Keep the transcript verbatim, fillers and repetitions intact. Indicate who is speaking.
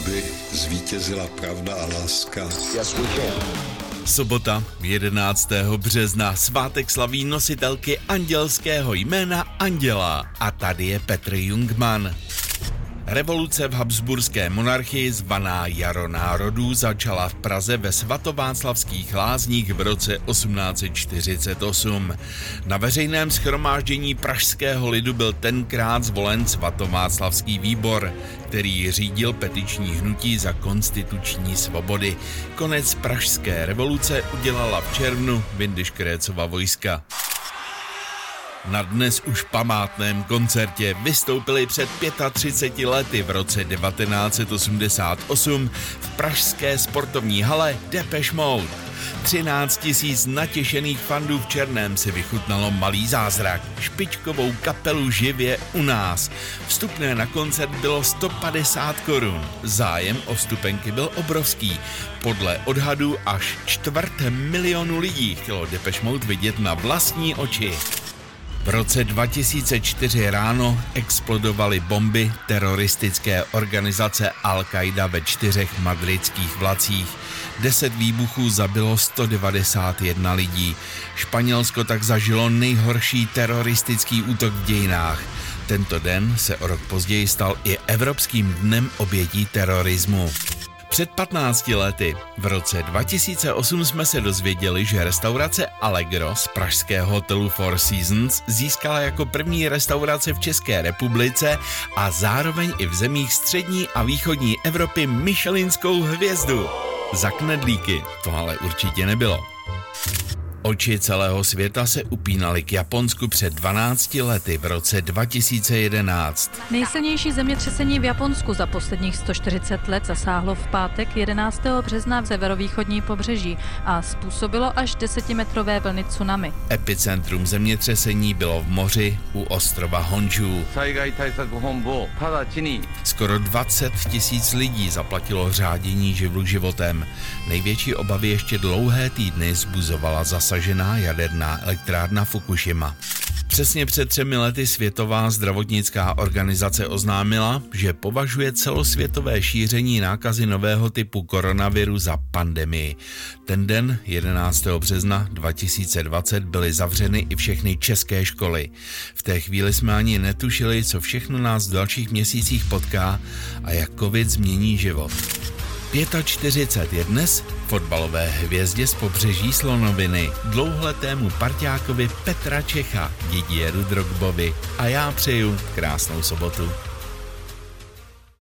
Speaker 1: aby zvítězila pravda a láska.
Speaker 2: Sobota, jedenáctého března, svátek slaví nositelky andělského jména Anděla. A tady je Petr Jungmann. Revoluce v habsburské monarchii zvaná Jaro národů začala v Praze ve svatováclavských lázních v roce osmnáct set čtyřicet osm. Na veřejném shromáždění pražského lidu byl tenkrát zvolen svatováclavský výbor, který řídil petiční hnutí za konstituční svobody. Konec pražské revoluce udělala v červnu Windischgrätzova vojska. Na dnes už památném koncertě vystoupili před třiceti pěti lety v roce devatenáct set osmdesát osm v pražské sportovní hale Depeche Mode. třináct tisíc natěšených fandů v černém si vychutnalo malý zázrak, špičkovou kapelu živě u nás. Vstupné na koncert bylo sto padesát korun. Zájem o vstupenky byl obrovský. Podle odhadů až čtvrt milionu lidí chtělo Depeche Mode vidět na vlastní oči. V roce dva tisíce čtyři ráno explodovaly bomby teroristické organizace Al-Qaida ve čtyřech madridských vlacích. Deset výbuchů zabilo sto devadesát jedna lidí. Španělsko tak zažilo nejhorší teroristický útok v dějinách. Tento den se o rok později stal i Evropským dnem obětí terorismu. Před patnácti lety, v roce dva tisíce osm, jsme se dozvěděli, že restaurace Allegro z pražského hotelu Four Seasons získala jako první restaurace v České republice a zároveň i v zemích střední a východní Evropy Michelinskou hvězdu. Za knedlíky to ale určitě nebylo. Oči celého světa se upínaly k Japonsku před dvanácti lety v roce dva tisíce jedenáct.
Speaker 3: Nejsilnější zemětřesení v Japonsku za posledních sto čtyřicet let zasáhlo v pátek jedenáctého března v severovýchodní pobřeží a způsobilo až desetimetrové vlny tsunami.
Speaker 2: Epicentrum zemětřesení bylo v moři u ostrova Honžu. Skoro dvacet tisíc lidí zaplatilo řádění živlu životem. Největší obavy ještě dlouhé týdny zbuzovala zase zasažená jaderná elektrárna Fukushima. Přesně před třemi lety Světová zdravotnická organizace oznámila, že považuje celosvětové šíření nákazy nového typu koronaviru za pandemii. Ten den, jedenáctého března dva tisíce dvacet, byly zavřeny i všechny české školy. V té chvíli jsme ani netušili, co všechno nás v dalších měsících potká a jak covid změní život. čtyřicet pět je dnes fotbalové hvězdě z pobřeží Slonoviny, dlouholetému parťákovi Petra Čecha, Didieru Drogbovi, a já přeju krásnou sobotu.